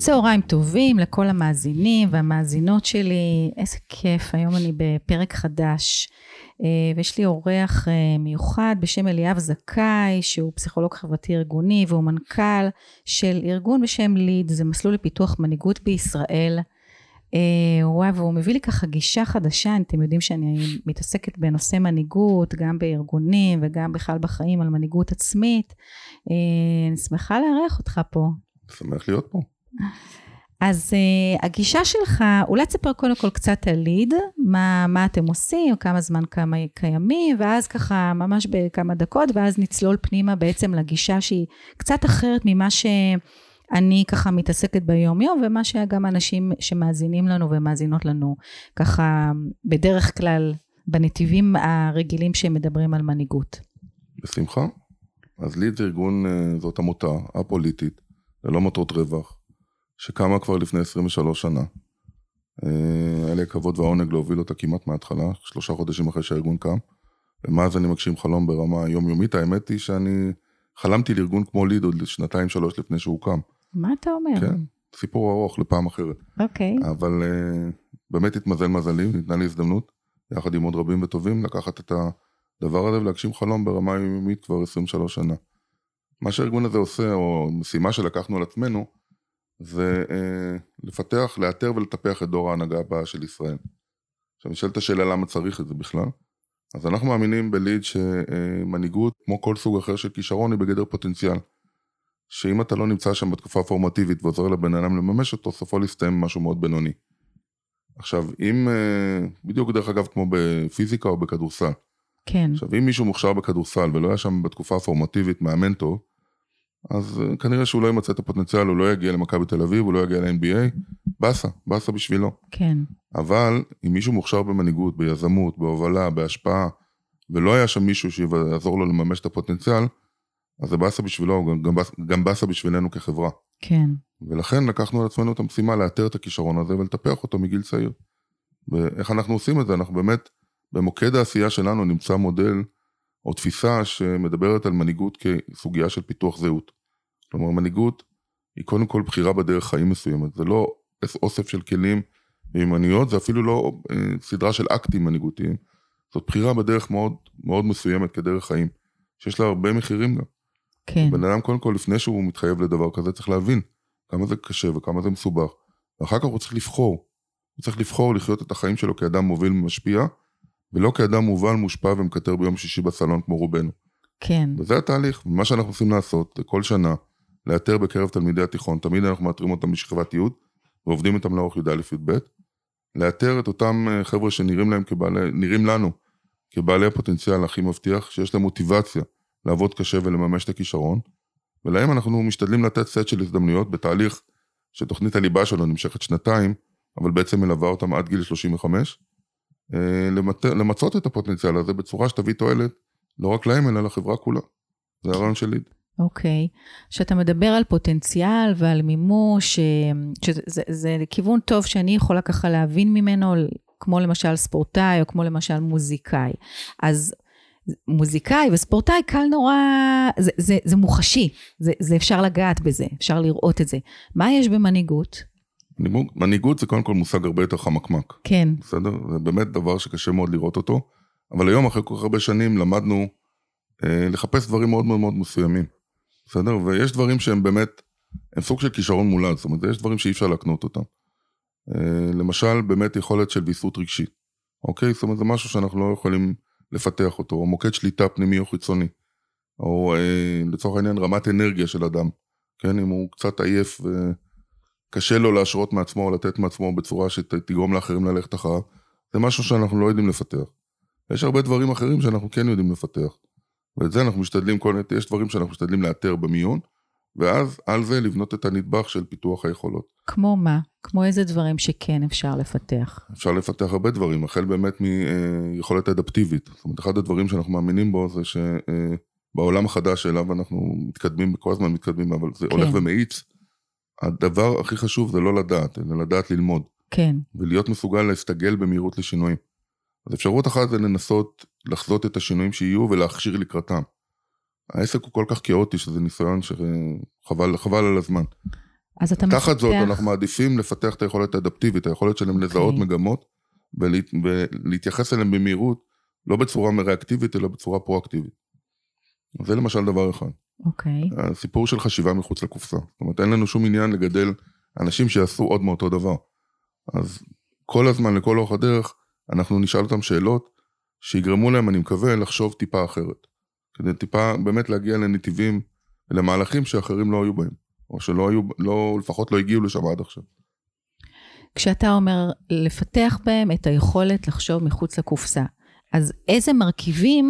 צהריים טובים לכל המאזינים והמאזינות שלי, איזה כיף, היום אני בפרק חדש, ויש לי אורח מיוחד בשם אליאב זכאי, שהוא פסיכולוג חברתי ארגוני, והוא מנכ"ל של ארגון בשם ליד, זה מסלול לפיתוח מנהיגות בישראל, והוא מביא לי ככה גישה חדשה, אתם יודעים שאני מתעסקת בנושא מנהיגות, גם בארגונים וגם בכלל בחיים על מנהיגות עצמית, אני שמחה לארח אותך פה. שמח להיות פה. אז הגישה שלך, אולי תספר קודם כל קצת על ליד, מה אתם עושים, כמה זמן קיימים, ואז ככה ממש בכמה דקות, ואז נצלול פנימה בעצם לגישה שהיא קצת אחרת ממה שאני ככה מתעסקת ביום יום, ומה שגם אנשים שמאזינים לנו ומאזינות לנו, ככה בדרך כלל בנתיבים הרגילים שהם מדברים על מנהיגות. בשמחה. אז ליד זה ארגון, זאת עמותה הפוליטית, ללא מטרות רווח, שקמה כבר לפני 23 שנה. היה לי הכבוד והעונג להוביל אותה כמעט מההתחלה, 3 חודשים אחרי שהארגון קם, ומאז אני מגשים חלום ברמה יומיומית. האמת היא שאני חלמתי לארגון כמו ליד עוד 2-3 לפני שהוא קם. מה אתה אומר? כן, סיפור ארוך לפעם אחרת. אוקיי. אבל באמת התמזל מזלי, ניתנה לי הזדמנות, יחד עם עוד רבים וטובים, לקחת את הדבר הזה ולהגשים חלום ברמה יומיומית כבר 23 שנה. מה שהארגון הזה עושה, או משימה שלקחנו על עצמנו, זה לפתח, לאתר ולטפח את דור ההנהגה הבאה של ישראל. עכשיו, נשאלת השאלה למה צריך את זה בכלל. אז אנחנו מאמינים בליד שמנהיגות, כמו כל סוג אחר של כישרון, היא בגדר פוטנציאל. שאם אתה לא נמצא שם בתקופה פורמטיבית ועוזר לבן אדם לממש אותו, סופו להסתיים משהו מאוד בינוני. עכשיו, אם, בדיוק דרך אגב כמו בפיזיקה או בכדורסל. כן. עכשיו, אם מישהו מוכשר בכדורסל ולא היה שם בתקופה הפורמטיבית מאמן טוב, אז כנראה שהוא לא ימצא את הפוטנציאל, הוא לא יגיע למכבי תל אביב, הוא לא יגיע ל-NBA, באסה בשבילו. כן. אבל אם מישהו מוכשר במנהיגות, ביזמות, בהובלה, בהשפעה, ולא היה שם מישהו שיעזור לו לממש את הפוטנציאל, אז זה באסה בשבילו, גם באסה בשבילנו כחברה. כן. ולכן לקחנו על עצמנו את המשימה לאתר את הכישרון הזה ולטפח אותו מגיל צעיר. ואיך אנחנו עושים את זה? אנחנו באמת, במוקד העשייה שלנו נמצא מודל או תפיסה שמדברת על מנהיגות כסוגיה של פיתוח זהות. כלומר, מנהיגות היא קודם כל בחירה בדרך חיים מסוימת. זה לא אוסף של כלים ומיומנויות, זה אפילו לא סדרה של אקטים מנהיגותיים. זאת בחירה בדרך מאוד, מאוד מסוימת כדרך חיים, שיש לה הרבה מחירים גם. כן. בן אדם קודם כל, לפני שהוא מתחייב לדבר כזה, צריך להבין כמה זה קשה וכמה זה מסובך. ואחר כך הוא צריך לבחור. הוא צריך לבחור לחיות את החיים שלו כאדם מוביל ומשפיע, ולא כאדם מובל, מושפע ומקטר ביום שישי בסלון כמו רובנו. כן. וזה התהליך, ומה שאנחנו עושים לעשות, כל שנה, לאתר בקרב תלמידי התיכון, תמיד אנחנו מאתרים אותם בשכבת י' ועובדים איתם לאורך י"א-י"ב, לאתר את אותם חבר'ה נראים לנו כבעלי הפוטנציאל הכי מבטיח, שיש להם מוטיבציה לעבוד קשה ולממש את הכישרון, ולהם אנחנו משתדלים לתת סט של הזדמנויות בתהליך שתוכנית הליבה שלו נמשכת 2, אבל בעצם מלווה אותם עד גיל 35, למצות את הפוטנציאל הזה בצורה שתביא תועלת, לא רק להם, אלא לחברה כולה. זה הרעיון של ליד. אוקיי. שאתה מדבר על פוטנציאל ועל מימוש, שזה כיוון טוב שאני יכולה ככה להבין ממנו, כמו למשל ספורטאי, או כמו למשל מוזיקאי. אז מוזיקאי וספורטאי קל נורא, זה מוחשי, זה אפשר לגעת בזה, אפשר לראות את זה. מה יש במנהיגות? מנהיגות זה קודם כל מושג הרבה יותר חמקמק. כן. בסדר? זה באמת דבר שקשה מאוד לראות אותו, אבל היום אחרי כל כך הרבה שנים למדנו לחפש דברים מאוד מאוד מאוד מסוימים. בסדר? ויש דברים שהם באמת, הם סוג של כישרון מולד, זאת אומרת, יש דברים שאי אפשר להקנות אותם. למשל, באמת יכולת של ויסות רגשית. אוקיי? זאת אומרת, זה משהו שאנחנו לא יכולים לפתח אותו, או מוקד שליטה פנימי או חיצוני, או לצורך העניין רמת אנרגיה של אדם. כן? אם הוא קצת עייף קשה לו להשרות מעצמו או לתת מעצמו בצורה שתגרום לאחרים ללכת אחריו, זה משהו שאנחנו לא יודעים לפתח. יש הרבה דברים אחרים שאנחנו כן יודעים לפתח. ואת זה אנחנו משתדלים, יש דברים שאנחנו משתדלים לאתר במיון, ואז על זה לבנות את הנדבך של פיתוח היכולות. כמו מה? כמו איזה דברים שכן אפשר לפתח? אפשר לפתח הרבה דברים, החל באמת מיכולת אדפטיבית. זאת אומרת, אחד הדברים שאנחנו מאמינים בו זה שבעולם החדש שאליו אנחנו מתקדמים, כל הזמן מתקדמים, אבל זה הולך ומאיץ, הדבר הכי חשוב זה לא לדעת, אלא לדעת ללמוד. כן. ולהיות מסוגל להסתגל במהירות לשינויים. אז אפשרות אחת זה לנסות לחזות את השינויים שיהיו ולהכשיר לקראתם. העסק הוא כל כך כאוטי שזה ניסיון שחבל על הזמן. אז אתה תחת זאת, מפתח... אנחנו מעדיפים לפתח את היכולת האדפטיבית, היכולת שלהם לזהות מגמות, ולהתייחס אליהם במהירות, לא בצורה ריאקטיבית, אלא בצורה פרואקטיבית. זה למשל דבר אחד. אוקיי. הסיפור של חשיבה מחוץ לקופסה. זאת אומרת, אין לנו שום עניין לגדל אנשים שיעשו עוד מאותו דבר. אז כל הזמן, לכל אורך הדרך, אנחנו נשאל אותם שאלות, שיגרמו להם, אני מקווה, לחשוב טיפה אחרת. כדי טיפה באמת להגיע לנתיבים, למהלכים שאחרים לא היו בהם. או שלא היו, לפחות לא הגיעו לשם עד עכשיו. כשאתה אומר לפתח בהם את היכולת לחשוב מחוץ לקופסה, אז איזה מרכיבים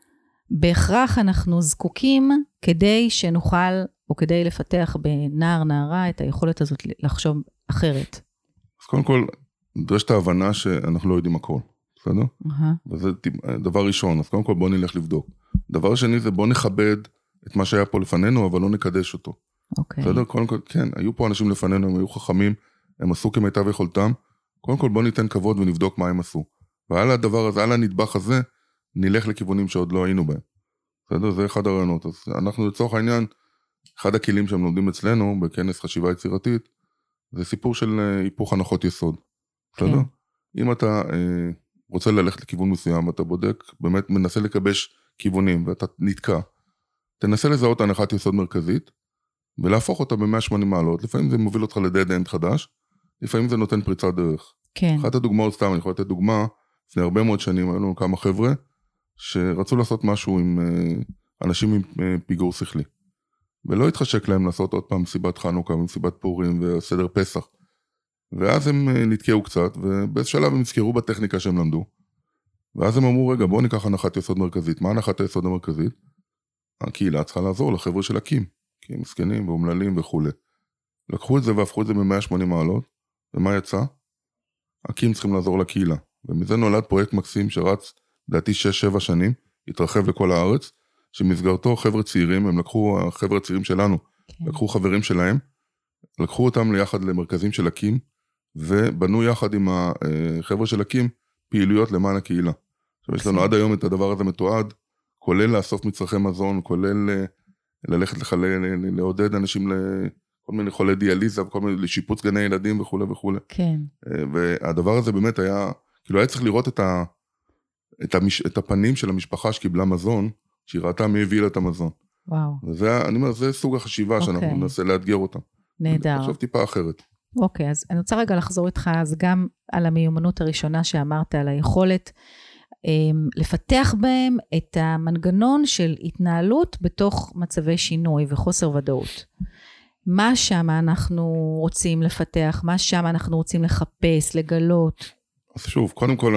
בהכרח אנחנו זקוקים כדי שנוכל, או כדי לפתח בנער נערה את היכולת הזאת לחשוב אחרת? אז קודם כל, נדרשת ההבנה שאנחנו לא יודעים הכל, בסדר? וזה דבר ראשון, אז קודם כל בוא נלך לבדוק. דבר שני זה בוא נכבד את מה שהיה פה לפנינו, אבל לא נקדש אותו. אוקיי. בסדר? קודם כל, כן, היו פה אנשים לפנינו, הם היו חכמים, הם עשו כמיטב יכולתם, קודם כל בוא ניתן כבוד ונבדוק מה הם עשו. ועל הדבר הזה, על הנדבך הזה, נלך לכיוונים שעוד לא היינו בהם. בסדר? זה אחד הרעיונות. אז אנחנו לצורך העניין, אחד הכלים שהם לומדים אצלנו, בכנס חשיבה יצירתית, זה סיפור של היפוך הנחות יסוד. בסדר? אם אתה רוצה ללכת לכיוון מסוים, ואתה בודק, באמת מנסה לקבש כיוונים, ואתה נתקע, תנסה לזהות הנחת יסוד מרכזית, ולהפוך אותה ב-180 מעלות. לפעמים זה מוביל אותך לדד אנד חדש, לפעמים זה נותן פריצת דרך. כן. אחת הדוגמאות סתם, אני יכול לתת דוגמה, לפני הרבה מאוד שנים, היו לנו כמה חבר'ה, שרצו לעשות משהו עם אנשים עם פיגור שכלי. ולא התחשק להם לעשות עוד פעם מסיבת חנוכה, מסיבת פורים וסדר פסח. ואז הם נתקעו קצת, ובשלב הם נזכרו בטכניקה שהם למדו. ואז הם אמרו, רגע, בואו ניקח הנחת יסוד מרכזית. מה הנחת היסוד המרכזית? הקהילה צריכה לעזור לחבר'ה של הקים, כי הם מסכנים ואומללים וכו'. לקחו את זה והפכו את זה ב-180 מעלות, ומה יצא? הקים צריכים לעזור לקהילה. ומזה נולד פרויקט מקסים שרץ, לדעתי 6-7 שנים, התרחב לכל הארץ, שמסגרתו חבר'ה צעירים, הם לקחו, החבר'ה הצעירים שלנו, לקחו חברים שלהם, לקחו אותם ליחד למרכזים של הקים, ובנו יחד עם החבר'ה של הקים, פעילויות למען הקהילה. עכשיו יש לנו עד היום את הדבר הזה מתועד, כולל לאסוף מצרכי מזון, כולל ללכת לעודד אנשים לכל מיני חולי דיאליזה, וכל מיני לשיפוץ גני ילדים וכו' וכו'. כן. והדבר הזה באמת היה, כאילו היה צריך לראות את הפנים של המשפחה שקיבלה מזון, שהיא ראתה מי הביא לה את המזון. וואו. וזה, אני אומר, זה סוג החשיבה שאנחנו ננסה לאתגר אותם. נהדר. עכשיו טיפה אחרת. אוקיי, אז אני רוצה רגע לחזור איתך, אז גם על המיומנות הראשונה שאמרת, על היכולת לפתח בהם את המנגנון של התנהלות בתוך מצבי שינוי וחוסר ודאות. מה שם אנחנו רוצים לפתח, מה שם אנחנו רוצים לחפש, לגלות? אז שוב, קודם כל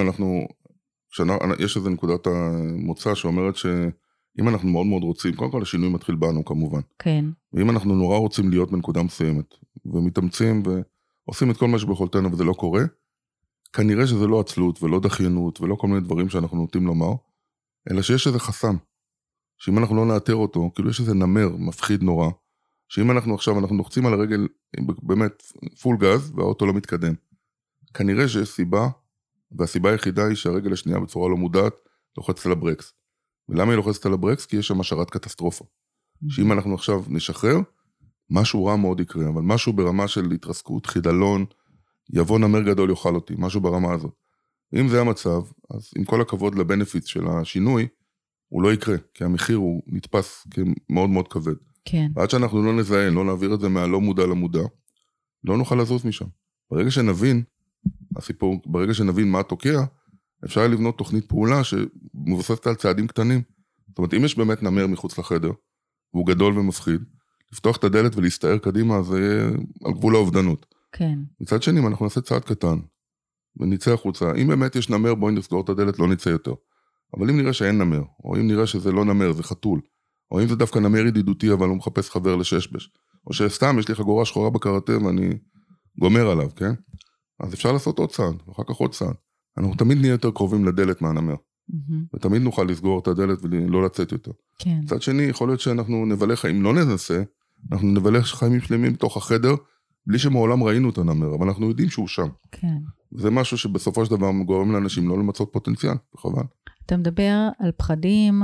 יש איזו נקודת המוצא שאומרת שאם אנחנו מאוד מאוד רוצים, קודם כל השינוי מתחיל בנו כמובן. כן. ואם אנחנו נורא רוצים להיות בנקודה מסוימת, ומתאמצים ועושים את כל מה שביכולתנו וזה לא קורה, כנראה שזה לא עצלות ולא דחיינות ולא כל מיני דברים שאנחנו נוטים לומר, אלא שיש איזה חסם, שאם אנחנו לא נאתר אותו, כאילו יש איזה נמר מפחיד נורא, שאם אנחנו עכשיו, אנחנו נוחצים על הרגל באמת פול גז, והאוטו לא מתקדם. כנראה שיש סיבה, והסיבה היחידה היא שהרגל השנייה בצורה לא מודעת, לוחצת על הברקס. ולמה היא לוחצת על הברקס? כי יש שם השערת קטסטרופה. שאם אנחנו עכשיו נשחרר, משהו רע מאוד יקרה, אבל משהו ברמה של התרסקות, חידלון, יבוא נמר גדול יאכל אותי, משהו ברמה הזאת. אם זה המצב, אז עם כל הכבוד לבנפיט של השינוי, הוא לא יקרה, כי המחיר הוא נתפס כמאוד מאוד כבד. כן. ועד שאנחנו לא נזהה, לא נעביר את זה מהלא מודע למודע, לא נוכל לזוז משם. ברגע שנבין, ברגע שנבין מה תוקע, אפשר לבנות תוכנית פעולה שמבוססת על צעדים קטנים. זאת אומרת, אם יש באמת נמר מחוץ לחדר, והוא גדול ומפחיד, לפתוח את הדלת ולהסתער קדימה, זה יהיה על גבול האובדנות. כן. מצד שני, אם אנחנו נעשה צעד קטן, ונצא החוצה, אם באמת יש נמר, בואי נסגור את הדלת, לא נצא יותר. אבל אם נראה שאין נמר, או אם נראה שזה לא נמר, זה חתול, או אם זה דווקא נמר ידידותי, אבל הוא מחפש חבר לששבש, או שסתם יש לי חגורה שחורה בקראטה, ואני גומר עליו, כן? אז אפשר לעשות עוד צעד, ואחר כך עוד צעד. אנחנו תמיד נהיה יותר קרובים לדלת מהנמר. ותמיד נוכל לסגור את הדלת ולא לצאת יותר. כן. מצד שני, יכול להיות שאנחנו נבלה חיים, לא ננסה, אנחנו נבלה חיים שלמים בתוך החדר, בלי שמעולם ראינו את הנמר, אבל אנחנו יודעים שהוא שם. כן. זה משהו שבסופו של דבר גורם לאנשים לא למצות פוטנציאל, וחבל. אתה מדבר על פחדים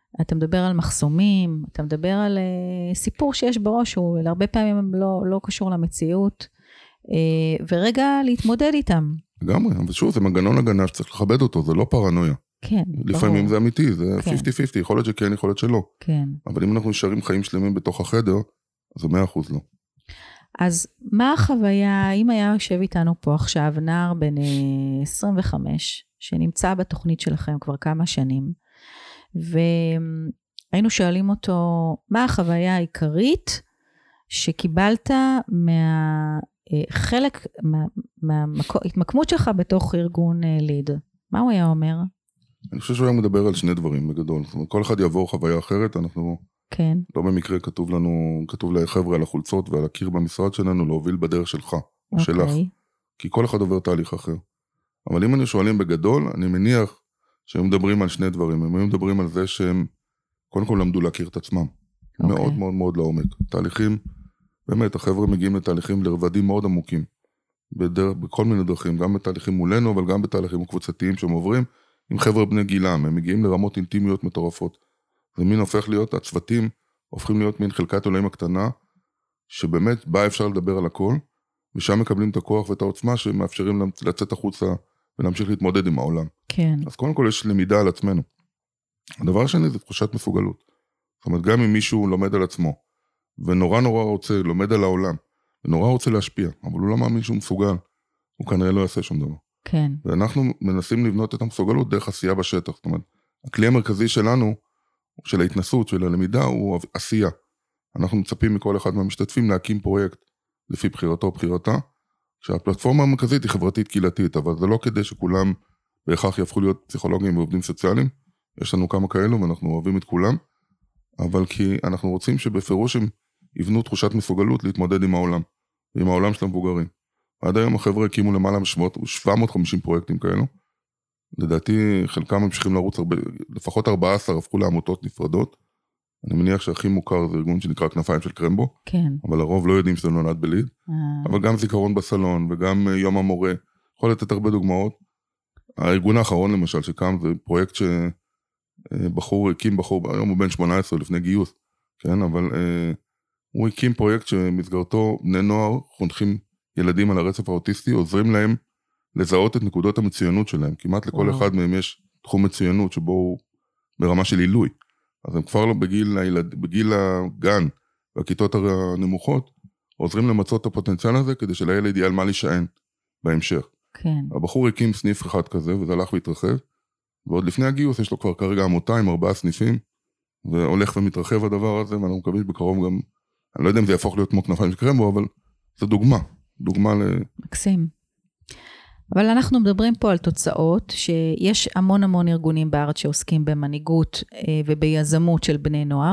אתה מדבר על מחסומים, אתה מדבר על סיפור שיש בראש, הוא הרבה פעמים לא קשור למציאות, ורגע להתמודד איתם. לגמרי, ושוב, זה מנגנון הגנה שצריך לכבד אותו, זה לא פרנויה. כן, לפעמים ברור. זה אמיתי, זה כן. 50-50, יכול להיות שכן, יכול להיות שלא. כן. אבל אם אנחנו נשארים חיים שלמים בתוך החדר, אז זה 100% לא. אז מה החוויה, אם היה יושב איתנו פה עכשיו נער בן 25, שנמצא בתוכנית שלכם כבר כמה שנים, והיינו שואלים אותו, מה החוויה העיקרית שקיבלת חלק מההתמקמות שלך בתוך ארגון ליד? מה הוא היה אומר? אני חושב שהוא היה מדבר על שני דברים בגדול. זאת אומרת, כל אחד יעבור חוויה אחרת, אנחנו כן. לא במקרה כתוב לחבר'ה על החולצות ועל הקיר במשרד שלנו, להוביל בדרך שלך או שלך. כי כל אחד עובר תהליך אחר. אבל אם אני שואלים בגדול, אני מניח שהם מדברים על שני דברים. הם מדברים על זה שהם קודם כל למדו להכיר את עצמם. מאוד מאוד מאוד לעומק. תהליכים, באמת, החבר'ה מגיעים לתהליכים לרבדים מאוד עמוקים. בכל מיני דרכים, גם בתהליכים מולנו, אבל גם בתהליכים קבוצתיים שהם עוברים, עם חבר'ה בני גילם, הם מגיעים לרמות אינטימיות מטורפות. זה מין הופך להיות, הצוותים הופכים להיות מין חלקת אלוהים הקטנה, שבאמת בה אפשר לדבר על הכל, ושם מקבלים את הכוח ואת העוצמה שמאפשרים לצאת החוצה ולהמשיך להתמודד עם העולם. כן. אז קודם כל יש למידה על עצמנו. הדבר השני זה תחושת מסוגלות. זאת אומרת, גם אם מישהו לומד על עצמו, ונורא רוצה, לומד על העולם, ונורא רוצה להשפיע, אבל הוא לא מאמין שהוא מסוגל, הוא כנראה לא יעשה שום דבר. כן. ואנחנו מנסים לבנות את המסוגלות דרך עשייה בשטח. זאת אומרת, הכלי המרכזי שלנו, של ההתנסות, של הלמידה, הוא עשייה. אנחנו מצפים מכל אחד מהמשתתפים להקים פרויקט לפי בחירתו או בחירתה, שהפלטפורמה המרכזית היא חברתית קהילתית, אבל זה לא כדי שכולם בהכרח יהפכו להיות פסיכולוגים ועובדים סוציאליים, יש לנו כמה כאלו ואנחנו אוהבים את כולם, אבל כי אנחנו רוצים שבפירוש הם יבנו תחושת מסוגלות להתמודד עם העולם, ועם העולם של המבוגרים. עד היום החבר'ה הקימו למעלה מ-750 פרויקטים כאלו, לדעתי חלקם ממשיכים לרוץ לפחות 14 הפכו לעמותות נפרדות, אני מניח שהכי מוכר זה ארגון שנקרא כנפיים של קרמבו, כן. אבל הרוב לא יודעים שזה נולד בליד, אבל גם זיכרון בסלון וגם יום המורה, יכול לתת הרבה דוגמאות. הארגון האחרון למשל שקם זה פרויקט שבחור הקים היום הוא בן 18 לפני גיוס, כן, אבל הוא הקים פרויקט שמסגרתו בני נוער חונכים ילדים על הרצף האוטיסטי, עוזרים להם לזהות את נקודות המצוינות שלהם, כמעט לכל אחד מהם יש תחום מצוינות שבו הוא ברמה של עילוי, אז הם כבר לא בגיל הגן והכיתות הנמוכות, עוזרים למצות את הפוטנציאל הזה, כדי שלילד יהיה על מה להישען בהמשך. כן. הבחור הקים סניף אחד כזה, וזה הלך והתרחב, ועוד לפני הגיוס יש לו כבר כרגע עמותה עם 4 סניפים, והולך ומתרחב הדבר הזה, ואנחנו מקווים בקרוב גם, אני לא יודע אם זה יהפוך להיות כמו כנפיים של קרמבו, אבל זה דוגמה מקסים. אבל אנחנו מדברים פה על תוצאות, שיש המון ארגונים בארץ שעוסקים במנהיגות וביזמות של בני נוער,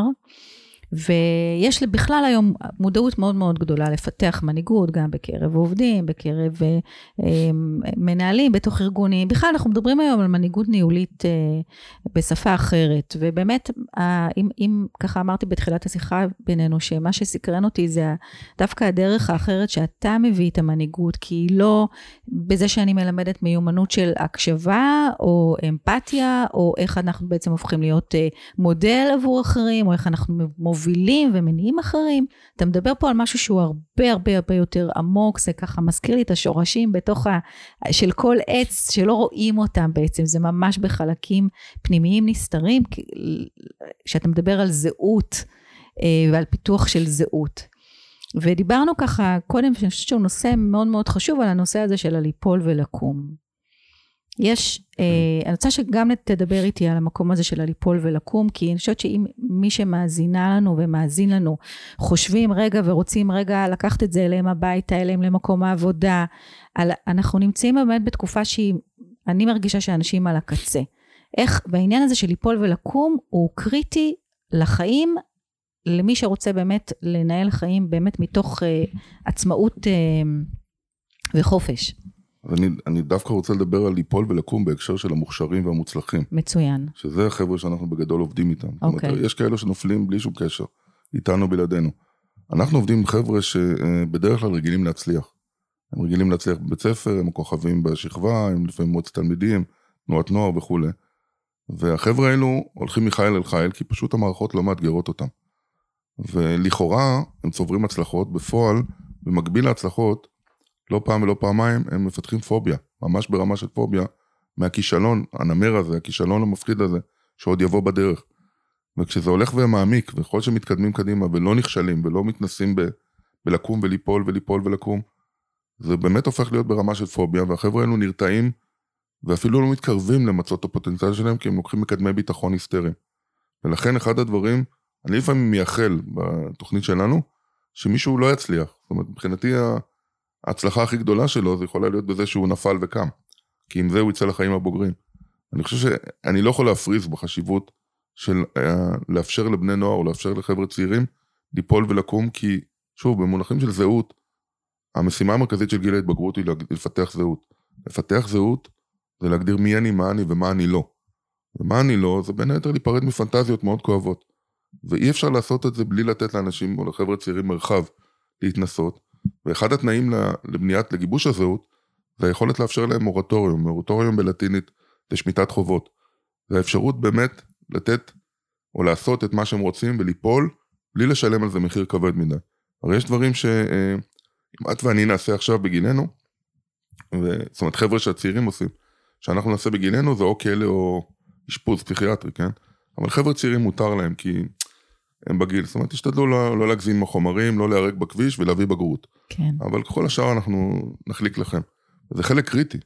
ויש בכלל היום מודעות מאוד מאוד גדולה לפתח מנהיגות, גם בקרב עובדים, בקרב מנהלים בתוך ארגונים. בכלל אנחנו מדברים היום על מנהיגות ניהולית בשפה אחרת, ובאמת, אם ככה אמרתי בתחילת השיחה בינינו, שמה שסקרן אותי זה דווקא הדרך האחרת שאתה מביא את המנהיגות, כי היא לא בזה שאני מלמדת מיומנות של הקשבה, או אמפתיה, או איך אנחנו בעצם הופכים להיות מודל עבור אחרים, או איך אנחנו מובילים ומניעים אחרים. אתה מדבר פה על משהו שהוא הרבה יותר עמוק, זה ככה מזכיר לי את השורשים בתוך של כל עץ שלא רואים אותם בעצם, זה ממש בחלקים פנימיים נסתרים, שאתה מדבר על זהות ועל פיתוח של זהות. ודיברנו ככה קודם, שאני חושבת שהוא נושא מאוד מאוד חשוב, על הנושא הזה של ליפול ולקום. אני רוצה שגם תדבר איתי על המקום הזה של ליפול ולקום, כי אני חושבת שאם מי שמאזינה לנו ומאזין לנו, חושבים רגע ורוצים רגע לקחת את זה אליהם הביתה, אליהם למקום העבודה, אנחנו נמצאים באמת בתקופה אני מרגישה שאנשים על הקצה. והעניין הזה של ליפול ולקום הוא קריטי לחיים, למי שרוצה באמת לנהל חיים באמת מתוך עצמאות וחופש. אז אני דווקא רוצה לדבר על ליפול ולקום בהקשר של המוכשרים והמוצלחים. מצוין. שזה החבר'ה שאנחנו בגדול עובדים איתם. אוקיי. זאת אומרת, יש כאלו שנופלים בלי שום קשר, איתנו בלעדינו. אנחנו עובדים עם חבר'ה שבדרך כלל רגילים להצליח. הם רגילים להצליח בבית ספר, הם כוכבים בשכבה, הם לפעמים מועצת תלמידים, תנועת נוער וכו'. והחבר'ה האלו הולכים מחיל אל חיל, כי פשוט המערכות לא מאתגרות אותם. ולכאורה הם צוברים הצלחות, בפועל, במקביל להצלחות, לא פעם ולא פעמיים, הם מפתחים פוביה, ממש ברמה של פוביה, מהכישלון, הנמר הזה, הכישלון המפחיד הזה, שעוד יבוא בדרך. וכשזה הולך ומעמיק, וכל שמתקדמים קדימה, ולא נכשלים, ולא מתנסים בלקום וליפול וליפול ולקום, זה באמת הופך להיות ברמה של פוביה, והחבר'ה האלו נרתעים, ואפילו לא מתקרבים למצות את הפוטנציאל שלהם, כי הם לוקחים מקדמי ביטחון היסטריים. ולכן אחד הדברים, אני לפעמים מייחל בתוכנית שלנו, שמישהו לא יצליח. זאת אומרת, מבחינתי ההצלחה הכי גדולה שלו, זה יכולה להיות בזה שהוא נפל וקם. כי עם זה הוא יצא לחיים הבוגרים. אני חושב שאני לא יכול להפריז בחשיבות של לאפשר לבני נוער, או לאפשר לחבר'ה צעירים, ליפול ולקום, כי שוב, במונחים של זהות, המשימה המרכזית של גיל ההתבגרות היא לפתח זהות. לפתח זהות זה להגדיר מי אני, מה אני ומה אני לא. ומה אני לא, זה בין היתר להיפרד מפנטזיות מאוד כואבות. ואי אפשר לעשות את זה בלי לתת לאנשים או לחבר'ה צעירים מרחב להתנסות. ואחד התנאים לגיבוש הזהות, זה היכולת לאפשר להם מורטוריום בלטינית לשמיטת חובות. זה האפשרות באמת לתת או לעשות את מה שהם רוצים וליפול, בלי לשלם על זה מחיר כבד מדי. הרי יש דברים אם את ואני נעשה עכשיו בגילנו, זאת אומרת חבר'ה שהצעירים עושים, שאנחנו נעשה בגילנו זה או כאלה או אשפוז פסיכיאטרי, כן? אבל חבר'ה צעירים מותר להם כי הם בגיל, זאת אומרת תשתדלו לא להגזים החומרים, לא להיהרג בכביש ולהביא בגרות. כן. אבל ככל השאר אנחנו נחליק לכם. זה חלק קריטי,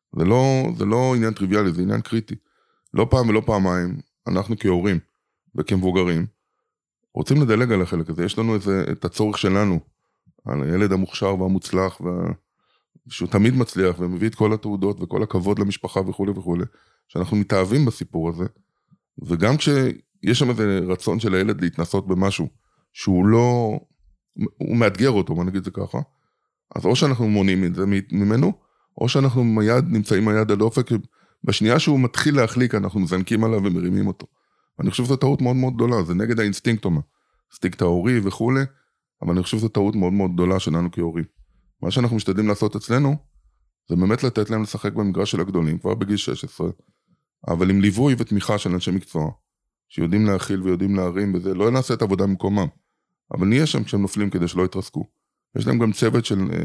זה לא עניין טריוויאלי, זה עניין קריטי. לא פעם ולא פעמיים, אנחנו כהורים וכמבוגרים, רוצים לדלג על החלק הזה, יש לנו את הצורך שלנו, על הילד המוכשר והמוצלח, שהוא תמיד מצליח, ומביא את כל התעודות וכל הכבוד למשפחה וכו' וכו', שאנחנו מתאהבים בסיפור הזה, וגם כשיש שם איזה רצון של הילד להתנסות במשהו, שהוא לא, הוא מאתגר אותו, בוא נגיד זה ככה, אז או שאנחנו מונעים את זה ממנו, או שאנחנו נמצאים היד על אופק, בשנייה שהוא מתחיל להחליק, אנחנו מזנקים עליו ומרימים אותו. ואני חושב שזו טעות מאוד מאוד גדולה, זה נגד האינסטינקט, האינסטינקט ההורי וכו', אבל אני חושב שזו טעות מאוד מאוד גדולה שלנו כהורים. מה שאנחנו משתדלים לעשות אצלנו, זה באמת לתת להם לשחק במגרש של הגדולים, כבר בגיל 16, אבל עם ליווי ותמיכה של אנשי מקצוע, שיודעים להכיל ויודעים להרים, וזה לא נעשה את העבודה במקומם, אבל נהיה שם כשהם נופלים כדי שלא יתרסקו. יש להם גם צוות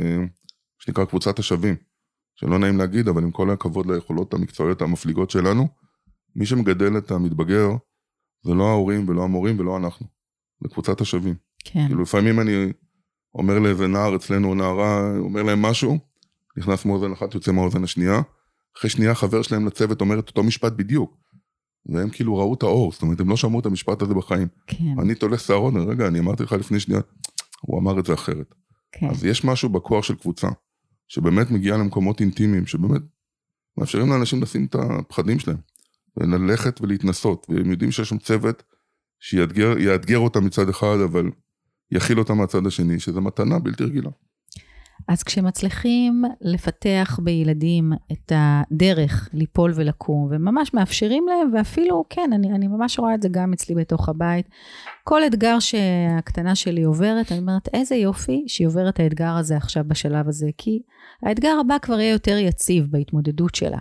שנקרא קבוצת השווים, שלא נעים להגיד, אבל עם כל הכבוד ליכולות המקצועיות המפליגות שלנו, מי שמגדל את המתבגר, זה לא ההורים ולא המורים ולא אנחנו, זה קבוצת השווים. כן. כאילו לפעמים אני אומר לאיזה נער אצלנו או נערה, אומר להם משהו, נכנס מאוזן אחת, יוצא מאוזן השנייה, אחרי שנייה חבר שלהם לצוות אומר את אותו משפט בדיוק, והם כאילו ראו את האור, זאת אומרת, הם לא שמעו את המשפט הזה בחיים. כן. אני תולה שערות, רגע, אני אמרתי לך לפני שנייה, הוא אמר את זה אחרת. כן. אז יש משהו בכוח של קבוצה, שבאמת מגיע למקומות אינטימיים, שבאמת מאפשרים לאנשים לשים את הפחדים שלהם, וללכת ולהתנסות, והם יודעים שיש שם צוות שיאתגר אותם מצד אחד, אבל יכיל אותם מהצד השני, שזה מתנה בלתי רגילה. אז כשמצליחים לפתח בילדים את הדרך ליפול ולקום, וממש מאפשרים להם, ואפילו, כן, אני ממש רואה את זה גם אצלי בתוך הבית, כל אתגר שהקטנה שלי עוברת, אני אומרת, איזה יופי שהיא עוברת את האתגר הזה עכשיו בשלב הזה, כי האתגר הבא כבר יהיה יותר יציב בהתמודדות שלה.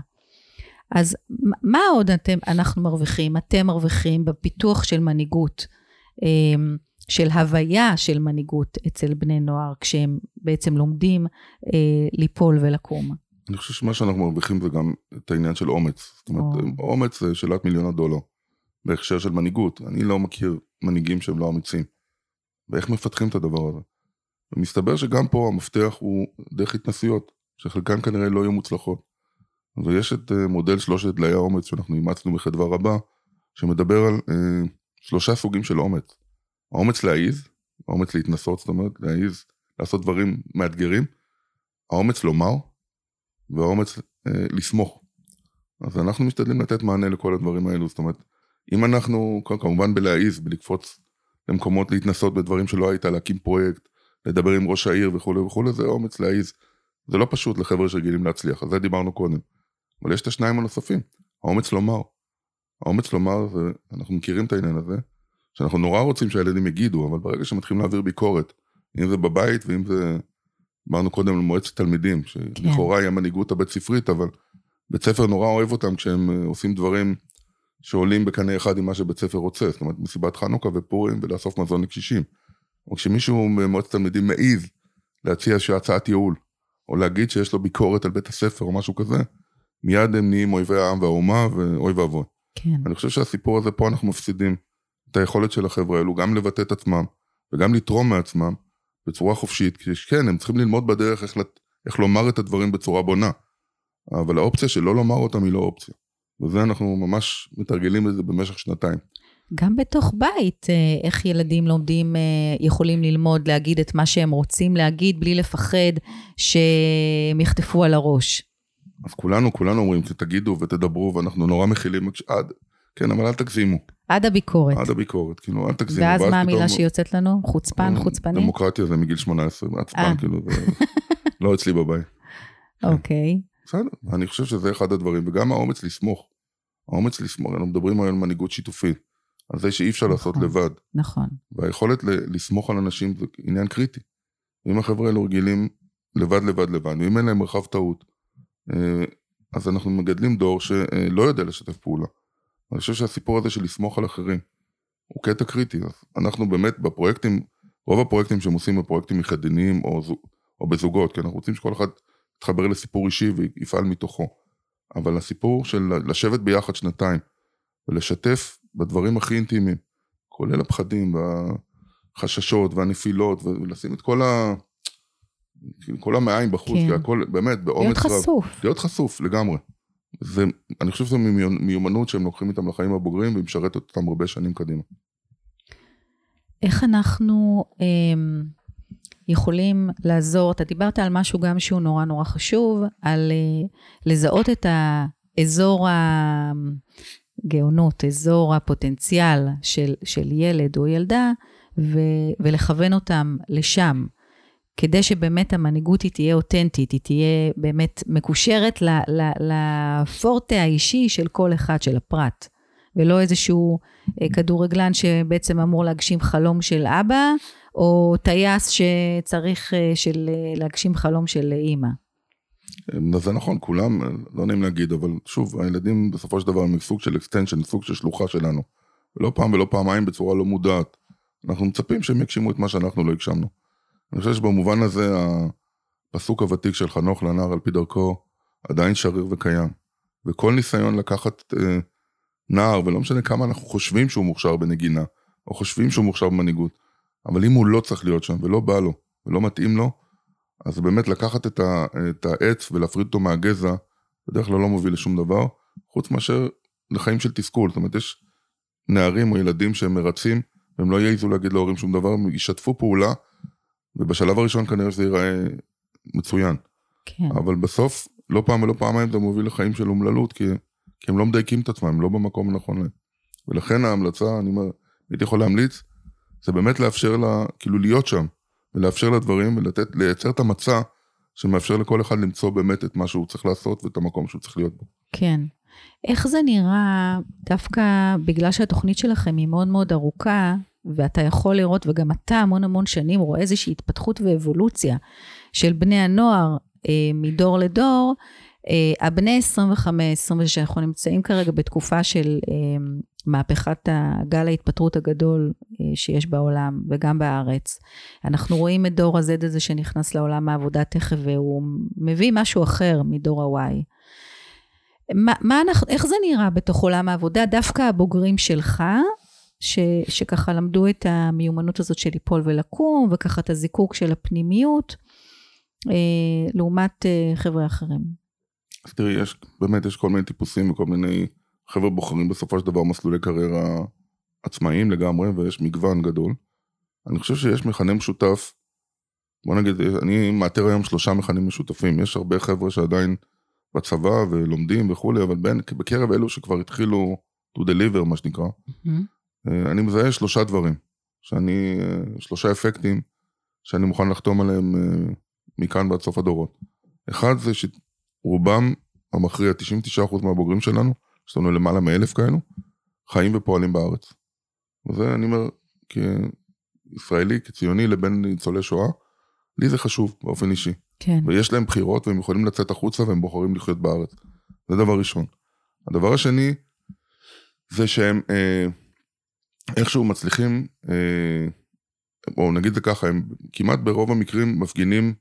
אז מה עוד אנחנו מרוויחים, אתם מרוויחים בפיתוח של מנהיגות, של הוויה של מנהיגות אצל בני נוער, כשהם בעצם לומדים ליפול ולקום? אני חושב שמה שאנחנו מרוויחים זה גם את העניין של אומץ. זאת אומרת, אומץ זה שאלת $1,000,000, בהכשר של מנהיגות. אני לא מכיר מנהיגים שהם לא אמיצים. ואיך מפתחים את הדבר הזה? ומסתבר שגם פה המפתח הוא דרך התנסויות, שחלקן כנראה לא יהיו מוצלחות. ויש את מודל 3 דלאי האומץ שאנחנו אימצנו בחדווה רבה, שמדבר על 3 סוגים של אומץ. האומץ להעיז, האומץ להתנסות, זאת אומרת, להעיז, לעשות דברים מאתגרים, האומץ לומר, והאומץ לסמוך. אז אנחנו משתדלים לתת מענה לכל הדברים האלו, זאת אומרת, אם אנחנו, כמובן בלהעיז, בלקפוץ למקומות להתנסות בדברים שלא היית, להקים פרויקט, לדבר עם ראש העיר וכו' וכו', זה אומץ להעיז. זה לא פשוט לחבר'ה שרגילים להצליח, על זה דיברנו קודם. אבל יש את השניים הנוספים, האומץ לומר. האומץ לומר, אנחנו מכירים את העניין הזה, שאנחנו נורא רוצים שהילדים יגידו, אבל ברגע שמתחילים להעביר ביקורת, אם זה בבית ואם זה, אמרנו קודם למועצת תלמידים, שלכאורה היא המנהיגות הבית ספרית, אבל בית ספר נורא אוהב אותם כשהם עושים דברים שעולים בקנה אחד עם מה שבית ספר רוצה, זאת אומרת, מסיבת חנוכה ופורים ולאסוף מזון לקשישים. או כשמישהו במועצת תלמידים מעיז להציע שהצעת ייעול, או להגיד שיש לו ביקורת על בית הספר או משהו כזה, מיד הם נהיים אויבי העם והאומה ואוי ואבוי. כן. אני חושב שהסיפור הזה פה אנחנו מפסידים את היכולת של החבר'ה האלו, גם לבטא את עצמם, וגם לתרום מעצמם בצורה חופשית, כי כן, הם צריכים ללמוד בדרך איך לומר את הדברים בצורה בונה, אבל האופציה שלא לומר אותם היא לא אופציה. וזה אנחנו ממש מתרגלים לזה במשך שנתיים. גם בתוך בית, איך ילדים לומדים, יכולים ללמוד, להגיד את מה שהם רוצים להגיד, בלי לפחד שהם יחטפו על הראש. אז כולנו אומרים, תגידו ותדברו, ואנחנו נורא מכילים, כן, אבל אל תגזימו. עד הביקורת. עד הביקורת, כאילו, אל תגזימו. ואז מה המילה שיוצאת לנו? חוצפן, חוצפני? דמוקרטיה זה מגיל 18, עצפן, כאילו, זה לא אצלי בבית. אוקיי. בסדר, אני חושב שזה אחד הדברים, וגם האומץ לסמוך. אנחנו מדברים היום על מנהיגות שיתופית, על זה שאי אפשר לעשות לבד. נכון. והיכולת לסמוך על אנשים זה עניין קריטי. אם החבר'ה האלו רגילים לבד, ואם אין להם מרחב טעות, אז אנחנו מגדלים דור שלא יודע לשתף פעולה. אני חושב שהסיפור הזה של לסמוך על אחרים, הוא קטע קריטי. אנחנו באמת בפרויקטים, רוב הפרויקטים שהם עושים בפרויקטים יחידניים או בזוגות, כי אנחנו רוצים שכל אחד יתחבר לסיפור אישי ויפעל מתוכו. אבל הסיפור של לשבת ביחד שנתיים, ולשתף בדברים הכי אינטימיים, כולל הפחדים והחששות והנפילות, ולשים את כל המעיים בחוץ, כי הכל באמת באומץ רב. להיות חשוף לגמרי. אני חושב שזו מיומנות שהם לוקחים איתם לחיים הבוגרים, והם משרתת אותם הרבה שנים קדימה. איך אנחנו יכולים לעזור, אתה דיברת על משהו גם שהוא נורא נורא חשוב, על לזהות את האזור הגאונות, אזור הפוטנציאל של ילד או ילדה, ולכוון אותם לשם, כדי שבאמת המנהיגות היא תהיה אותנטית, היא תהיה באמת מקושרת לפורטה האישי של כל אחד, של הפרט, ולא איזשהו כדורגלן שבעצם אמור להגשים חלום של אבא, או טייס שצריך להגשים חלום של אמא. זה נכון, כולם, לא נעים להגיד, אבל שוב, הילדים בסופו של דבר הם סוג של extension, סוג של שלוחה שלנו, ולא פעם ולא פעמיים בצורה לא מודעת. אנחנו מצפים שהם יגשימו את מה שאנחנו לא הגשמנו. אני חושב שבמובן הזה, הפסוק הוותיק של חנוך לנער על פי דרכו, עדיין שריר וקיים. וכל ניסיון לקחת נער, ולא משנה כמה אנחנו חושבים שהוא מוכשר בנגינה, או חושבים שהוא מוכשר במנהיגות, אבל אם הוא לא צריך להיות שם, ולא בא לו, ולא מתאים לו, אז באמת לקחת את העץ ולהפריד אותו מהגזע, בדרך כלל לא מוביל לשום דבר, חוץ מאשר לחיים של תסכול. זאת אומרת, יש נערים או ילדים שהם מרצים, והם לא יעיזו להגיד להורים שום דבר, הם ישתפו פעולה, ובשלב הראשון כנראה שזה ייראה מצוין. כן. אבל בסוף, לא פעם ולא פעמיים זה מוביל לחיים של אומללות, כי הם לא מדייקים את עצמם, הם לא במקום הנכון להם. ולכן ההמלצה, אני אומר, הייתי יכול להמליץ, זה באמת לאפשר לה, כאילו להיות שם, ולאפשר לדברים, ולייצר את המצע, שמאפשר לכל אחד למצוא באמת את מה שהוא צריך לעשות, ואת המקום שהוא צריך להיות בו. כן. איך זה נראה, דווקא בגלל שהתוכנית שלכם היא מאוד מאוד ארוכה, ואתה יכול לראות, וגם אתה המון שנים רואה איזושהי התפתחות ואבולוציה, של בני הנוער מדור לדור, הבני 25-26, אנחנו נמצאים כרגע בתקופה של מהפכת הגל ההתפטרות הגדול שיש בעולם וגם בארץ. אנחנו רואים את דור ה-Z הזה שנכנס לעולם העבודה תכף, והוא מביא משהו אחר מדור ה-Y. איך זה נראה בתוך עולם העבודה? דווקא הבוגרים שלך, שככה למדו את המיומנות הזאת של ליפול ולקום, וככה את הזיקוק של הפנימיות, לעומת חבר'ה אחרים. אז תראי, באמת יש כל מיני טיפוסים וכל מיני חבר'ה בוחרים בסופו של דבר מסלולי קריירה עצמאיים לגמרי, ויש מגוון גדול. אני חושב שיש מכנה משותף, בוא נגיד, אני מאתר היום 3 מכנים משותפים, יש הרבה חבר'ה שעדיין בצבא ולומדים וכו', אבל בקרב אלו שכבר התחילו to deliver, מה שנקרא, אני מזהה 3 דברים, 3 אפקטים, שאני מוכן לחתום עליהם מכאן ועד סוף הדורות. אחד זה שרובם המכריע, 99% מהבוגרים שלנו, יש לנו למעלה מ1,000 כאלו, חיים ופועלים בארץ. וזה אני אומר, כישראלי, כציוני לבין ניצולי שואה, לי זה חשוב באופן אישי. כן. ויש להם בחירות והם יכולים לצאת החוצה והם בוחרים לחיות בארץ. זה דבר ראשון. הדבר השני, זה שהם איכשהו מצליחים, או נגיד זה ככה, הם כמעט ברוב המקרים מפגינים,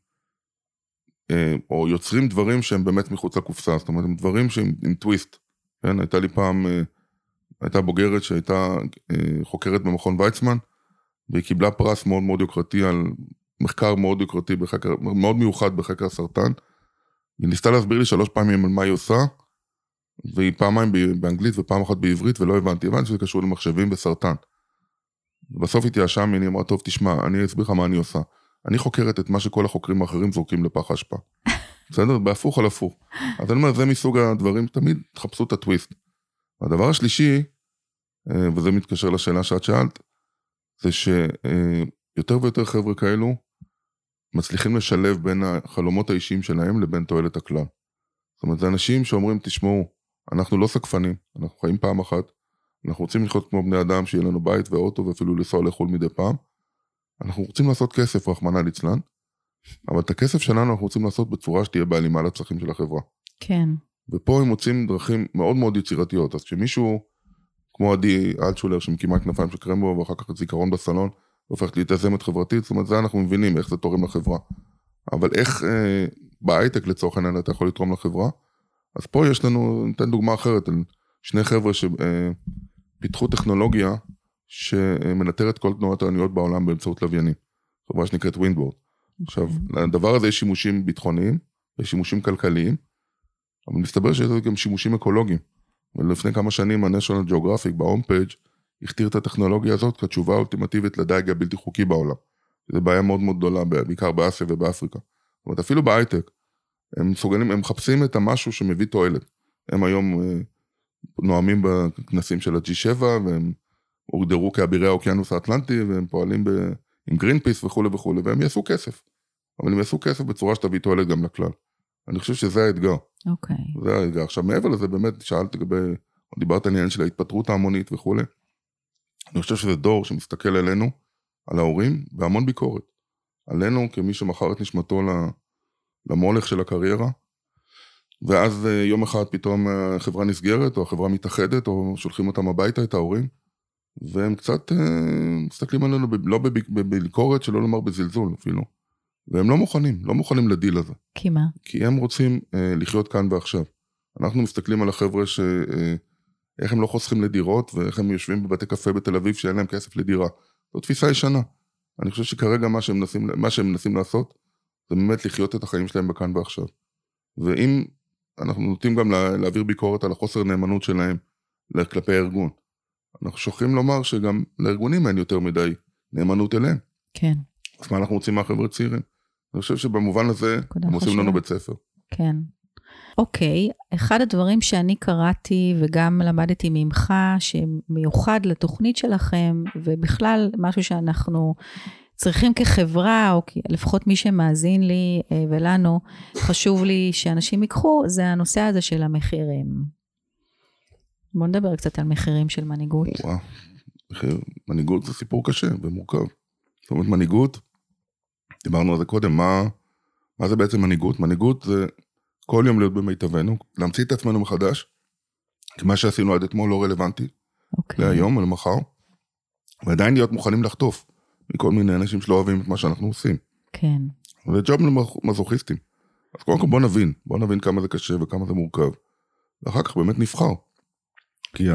או יוצרים דברים שהם באמת מחוץ לקופסה, זאת אומרת, הם דברים שהם עם טוויסט. כן? הייתה לי פעם, הייתה בוגרת שהייתה חוקרת במכון ויצמן, והיא קיבלה פרס מאוד מאוד יוקרתי על מחקר מאוד יוקרתי, מאוד מיוחד בחקר הסרטן. היא ניסתה להסביר לי 3 פעמים על מה היא עושה, והיא פעמיים באנגלית ופעם אחת בעברית, ולא הבנתי שזה קשור למחשבים בסרטן. ובסוף התייאשה ממני, אמרה, טוב, תשמע, אני אסביר לך מה אני עושה. אני חוקרת את מה שכל החוקרים האחרים זורקים לפח האשפה. בסדר? בהפוך על הפוך. אז אני אומר, זה מסוג הדברים, תמיד תחפשו את הטוויסט. הדבר השלישי, וזה מתקשר לשאלה שאת שאלת, זה שיותר ויותר חבר'ה כאלו, מצליחים לשלב בין החלומות האישיים שלהם לבין תועלת הכלל. זאת אומרת, זה אנשים שאומרים, תשמעו, אנחנו לא סקפנים, אנחנו חיים פעם אחת, אנחנו רוצים לחיות כמו בני אדם, שיהיה לנו בית ואוטו, ואפילו לנסוע לחול מדי פעם. אנחנו רוצים לעשות כסף, רחמנא ליצלן, אבל את הכסף שלנו אנחנו רוצים לעשות בצורה שתהיה בהלימה לצרכים של החברה. כן. ופה הם מוצאים דרכים מאוד מאוד יצירתיות, אז כשמישהו, כמו עדי אלטשולר, שמקימה כנפיים של קרמבו, ואחר כך את זיכרון בסלון, הופכת להתאזמת חברתית, זאת אומרת, זה אנחנו מבינים איך זה תורם לחברה. אבל איך בהייטק לצורך העניין אתה יכול לתרום לחברה? אז פה יש לנו, ניתן דוגמה אחרת, על 2 חבר'ה שפיתחו טכנולוגיה שמנטרת כל תנועות העניות בעולם באמצעות לוויינים. חברה שנקראת ווינדוורד. עכשיו, לדבר הזה יש שימושים ביטחוניים, יש שימושים כלכליים, אבל מסתבר שיש גם שימושים אקולוגיים. ולפני כמה שנים ה-National Geographic בהום פייג' הכתיר את הטכנולוגיה הזאת כתשובה האולטימטיבית לדייג הבלתי חוקי בעולם. זו בעיה מאוד מאוד גדולה, בעיקר באסיה ובאפריקה. זאת אומרת, אפילו בהייטק, הם מחפשים את המשהו שמביא תועלת. הם היום נואמים בכנסים של ה-G7, והם הוגדרו כאבירי האוקיינוס האטלנטי, והם פועלים עם גרינפיס וכו' וכו', והם יעשו כסף. אבל הם יעשו כסף בצורה שתביא תועלת גם לכלל. אני חושב שזה האתגר. אוקיי. זה האתגר. עכשיו, מעבר לזה, באמת, שאלת לגבי, או דיברת על העניין של ההתפטרות ההמונית וכו'. אני חושב שזה דור שמסתכל עלינו, על ההורים, והמון ביקורת. עלינו, כמי שמכר את נשמתו למולך של הקריירה, ואז יום אחד פתאום החברה נסגרת, או החברה מתאחדת, או שולחים אותם הביתה, את ההורים, והם קצת מסתכלים עלינו, לא בביקורת, שלא לומר בזלזול אפילו, והם לא מוכנים לדיל הזה. כי מה? כי הם רוצים לחיות כאן ועכשיו. אנחנו מסתכלים על החבר'ה איך הם לא חוסכים לדירות, ואיך הם יושבים בבתי קפה בתל אביב, שאין להם כסף לדירה. זו תפיסה ישנה. אני חושב שכרגע מה שהם מנסים לעשות, זה באמת לחיות את החיים שלהם בכאן ועכשיו. ואם אנחנו נוטים גם להעביר ביקורת על החוסר נאמנות שלהם כלפי הארגון, אנחנו שוכחים לומר שגם לארגונים אין יותר מדי נאמנות אליהם. כן. אז מה אנחנו רוצים מהחבר'ה צעירים? אני חושב שבמובן הזה הם עושים לנו בית ספר. כן. אוקיי, אחד הדברים שאני קראתי וגם למדתי ממך, שמיוחד לתוכנית שלכם, ובכלל משהו שאנחנו צריכים כחברה, או לפחות מי שמאזין לי ולנו, חשוב לי שאנשים ייקחו, זה הנושא הזה של המחירים. בואו נדבר קצת על מחירים של מנהיגות. מנהיגות זה סיפור קשה ומורכב. זאת אומרת, מנהיגות, דיברנו על זה קודם, מה זה בעצם מנהיגות? מנהיגות זה כל יום להיות במיטבנו, להמציא את עצמנו מחדש, כי מה שעשינו עד אתמול לא רלוונטי, להיום ולמחר, ועדיין להיות מוכנים לחטוף מכל מיני אנשים שלא אוהבים את מה שאנחנו עושים. כן. זה ג'וב למזוכיסטים. אז קודם כל בוא נבין כמה זה קשה וכמה זה מורכב, ואחר כך באמת נבחר. כי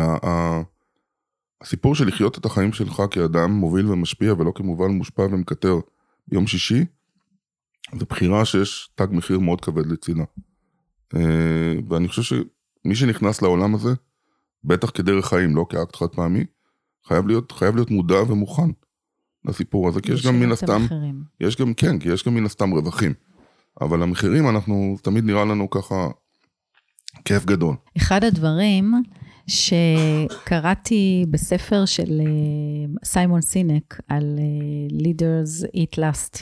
הסיפור של לחיות את החיים שלך כאדם מוביל ומשפיע, ולא כמובן מושפע ומקטר ביום שישי, זו בחירה שיש תג מחיר מאוד כבד לצידה. ואני חושב שמי שנכנס לעולם הזה, בטח כדרך חיים, לא כאקט חד פעמי, חייב להיות מודע ומוכן לסיפור הזה, כי יש גם מן הסתם, כי יש גם מן הסתם רווחים. אבל המחירים אנחנו, תמיד נראה לנו ככה, כיף גדול. אחד הדברים שקראתי בספר של סיימון סינק, על Leaders Eat Last,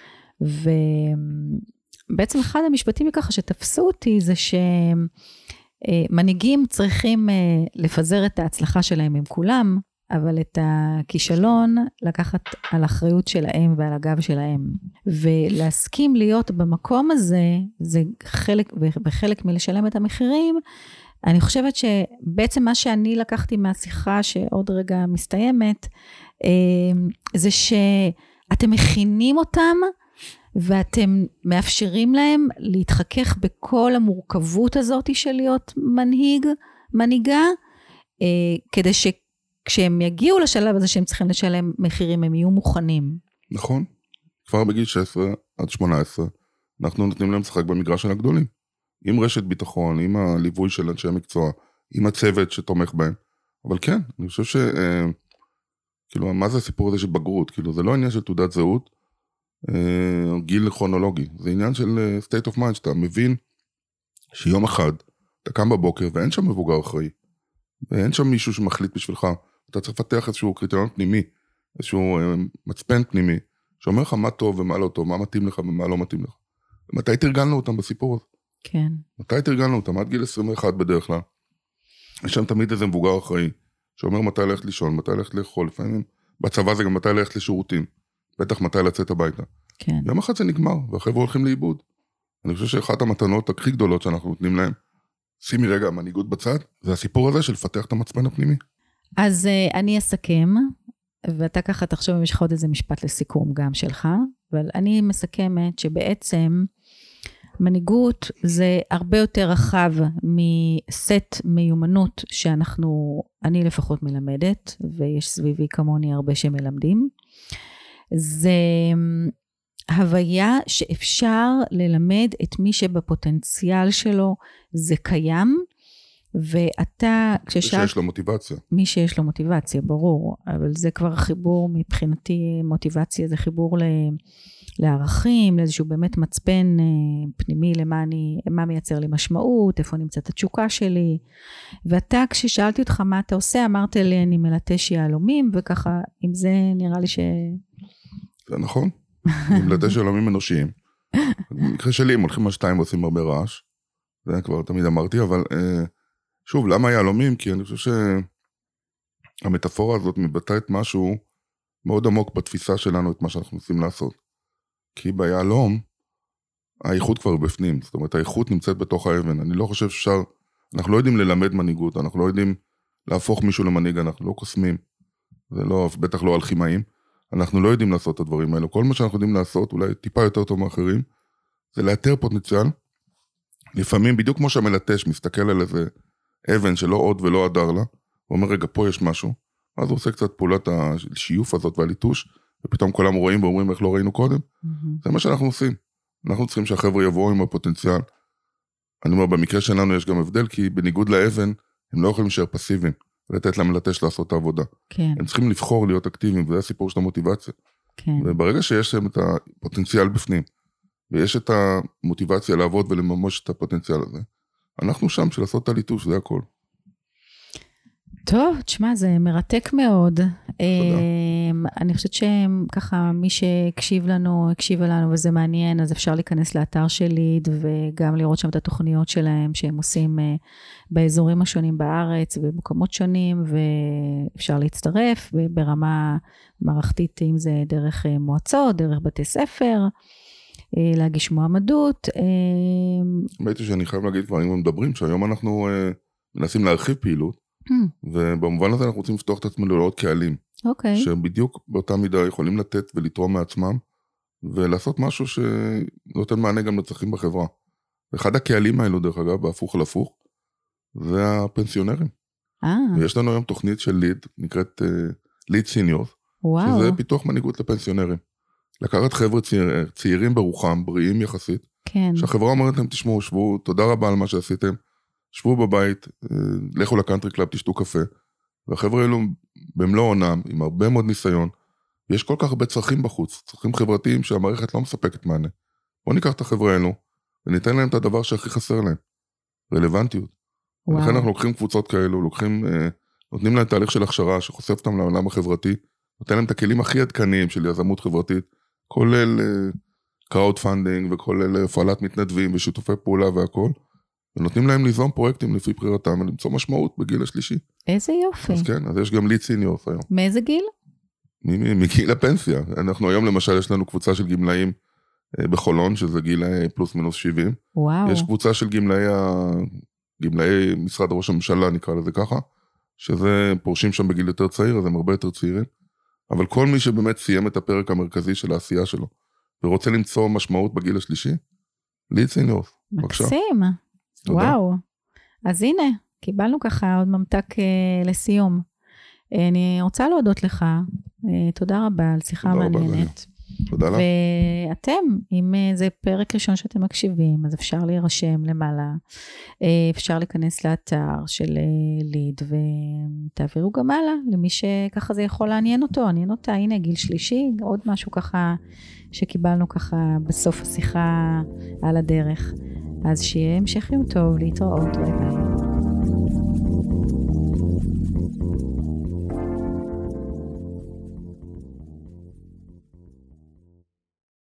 ובעצם אחד המשפטים ככה שתפסו אותי, זה שמנהיגים צריכים לפזר את ההצלחה שלהם עם כולם, אבל את הכישלון לקחת על אחריות שלהם ועל הגב שלהם. ולהסכים להיות במקום הזה, זה חלק, וחלק מלשלם את המחירים, אני חושבת שבעצם מה שאני לקחתי מהשיחה שעוד רגע מסתיימת, זה שאתם מכינים אותם, ואתם מאפשרים להם להתחכך בכל המורכבות הזאת של להיות מנהיגה, כדי שכשהם יגיעו לשלב הזה שהם צריכים לשלם מחירים, הם יהיו מוכנים. נכון. כבר בגיל 16 עד 18, אנחנו נותנים להם לשחק במגרש של הגדולים. עם רשת ביטחון, עם הליווי של אנשי המקצוע, עם הצוות שתומך בהם. אבל כן, אני חושב כאילו, מה זה הסיפור הזה של בגרות? כאילו, זה לא עניין של תעודת זהות, גיל כרונולוגי. זה עניין של state of mind, שאתה מבין שיום אחד, אתה קם בבוקר ואין שם מבוגר אחראי, ואין שם מישהו שמחליט בשבילך, אתה צריך לפתח איזשהו קריטריון פנימי, איזשהו מצפן פנימי, שאומר לך מה טוב ומה לא טוב, מה מתאים לך ומה לא מתאים לך. מתי תרגלנו אותם בסיפור הזה? כן. מתי תרגלנו אותם? עד גיל 21 בדרך כלל. יש שם תמיד איזה מבוגר אחראי, שאומר מתי ללכת לישון, מתי ללכת לאכול, לפעמים בצבא זה גם מתי ללכת לשירותים, בטח מתי לצאת הביתה. כן. יום אחד זה נגמר, והחבר'ה הולכים לאיבוד. אני חושב שאחת המתנות הכי גדולות שאנחנו נותנים להם, שימי רגע המנהיגות בצד, זה הסיפור הזה של לפתח את המצפן הפנימי. אז אני אסכם, ואתה ככה תחשוב אם יש לך עוד איזה משפט לסיכום גם שלך, אבל אני מסכמת שבעצם מנהיגות זה הרבה יותר רחב מסט מיומנות אני לפחות מלמדת, ויש סביבי כמוני הרבה שמלמדים. זה הוויה שאפשר ללמד את מי שבפוטנציאל שלו זה קיים, ואתה, שיש לו מוטיבציה. מי שיש לו מוטיבציה, ברור, אבל זה כבר חיבור מבחינתי, מוטיבציה זה חיבור לערכים, לאיזשהו באמת מצפן פנימי, מה מייצר לי משמעות, איפה נמצאת התשוקה שלי, ואתה כששאלתי אותך מה אתה עושה, אמרת לי אני מלטש יהלומים, וככה עם זה נראה לי זה נכון, מלטש יהלומים אנושיים. במקרה שלי הם הולכים על 2 ועושים הרבה רעש, זה כבר תמיד אמרתי, אבל שוב, למה יהלומים? כי אני חושב שהמטאפורה הזאת מבטאת משהו מאוד עמוק בתפיסה שלנו את מה שאנחנו רוצים לעשות. כי ביהלום, האיכות כבר בפנים, זאת אומרת, האיכות נמצאת בתוך האבן. אני לא חושב שאפשר, אנחנו לא יודעים ללמד מנהיגות, אנחנו לא יודעים להפוך מישהו למנהיג, אנחנו לא קוסמים, זה לא, בטח לא אלכימאים, אנחנו לא יודעים לעשות את הדברים האלו. כל מה שאנחנו יודעים לעשות, אולי טיפה יותר טוב מאחרים, זה לאתר פוטנציאל. לפעמים, בדיוק כמו שהמלטש מסתכל על איזה אבן שלא עוד ולא עדר לה, הוא אומר, רגע, פה יש משהו, אז הוא עושה קצת פעולת השיוף הזאת והליטוש, ופתאום כולם רואים ואומרים איך לא ראינו קודם. זה מה שאנחנו עושים. אנחנו צריכים שהחבר'ה יבואו עם הפוטנציאל. אני אומר, במקרה שלנו יש גם הבדל, כי בניגוד לאבן, הם לא יכולים להישאר פסיביים, ולתת להם לטש לעשות את העבודה. כן. הם צריכים לבחור להיות אקטיביים, וזה הסיפור של המוטיבציה. כן. וברגע שיש להם את הפוטנציאל בפנים, ויש את המוטיבציה לעבוד ולממש את הפוטנציאל הזה, אנחנו שם של לעשות את הליטוש, זה הכל. טוב, תשמע, זה מרתק מאוד. אני חושבת שככה מי שהקשיבה לנו וזה מעניין, אז אפשר להיכנס לאתר של ליד, וגם לראות שם את התוכניות שלהם, שהם עושים באזורים השונים בארץ, ובמקומות שונים, ואפשר להצטרף ברמה מערכתית, אם זה דרך מועצות, דרך בתי ספר, להגיש מועמדות. ראיתי שאני חייב להגיד כבר, אם מדברים, שהיום אנחנו מנסים להרחיב פעילות, ובמובן הזה אנחנו רוצים לפתוח את עצמנו לעוד קהלים, שבדיוק באותה מידה יכולים לתת ולתרום מעצמם, ולעשות משהו שנותן מענה גם לצרכים בחברה. אחד הקהלים האלו, דרך אגב, בהפוך על הפוך, זה הפנסיונרים. ויש לנו היום תוכנית של ליד, נקראת ליד סיניורס, שזה פיתוח מנהיגות לפנסיונרים. לקחת חבר'ה צעירים ברוחם, בריאים יחסית, שהחברה אומרת להם, תשמעו, שבו, תודה רבה על מה שעשיתם, שבו בבית, לכו לקאנטרי קלאב, תשתו קפה, והחבר'ה האלו במלוא עונם, עם הרבה מאוד ניסיון, ויש כל כך הרבה צרכים בחוץ, צרכים חברתיים שהמערכת לא מספקת מענה. בואו ניקח את החבר'ה האלו, וניתן להם את הדבר שהכי חסר להם, רלוונטיות. ולכן אנחנו לוקחים קבוצות כאלו, נותנים להם תהליך של הכשרה, שחושף אותם לעולם החברתי, נותן להם את הכלים הכי עדכניים של יזמות חברתית, כולל קראוד פנדינג, וכולל הפעלת מתנדבים, ושיתופי פעולה והכל, ונותנים להם ליזום פרויקטים לפי בחירתם, ולמצוא משמעות בגיל השלישי. איזה יופי. אז כן, אז יש גם ליד סיניורס היום. מאיזה גיל? מגיל הפנסיה. אנחנו היום למשל, יש לנו קבוצה של גמלאים בחולון, שזה גיל פלוס מינוס 70. וואו. יש קבוצה של גמלאי גמלאי משרד ראש הממשלה, נקרא לזה ככה, שזה פורשים שם בגיל יותר צעיר, אז הם הרבה יותר צעירים, אבל כל מי שבאמת סיים את הפרק המרכזי של העשייה שלו, ורוצה למצוא משמעות בגיל השלישי, lead seniors, בבקשה. מקסים, וואו. אז הנה, קיבלנו ככה עוד ממתק לסיום. אני רוצה להודות לך, תודה רבה על שיחה מעניינת. תודה לך. ואתם, אם זה פרק ראשון שאתם מקשיבים, אז אפשר להירשם למעלה, אפשר להיכנס לאתר של ליד, ותעבירו גם הלאה, למי שככה זה יכול לעניין אותו, עניין אותה, הנה גיל שלישי, עוד משהו ככה שקיבלנו ככה בסוף השיחה על הדרך. אז שיהיה המשך יום טוב, להתראות, ביי ביי.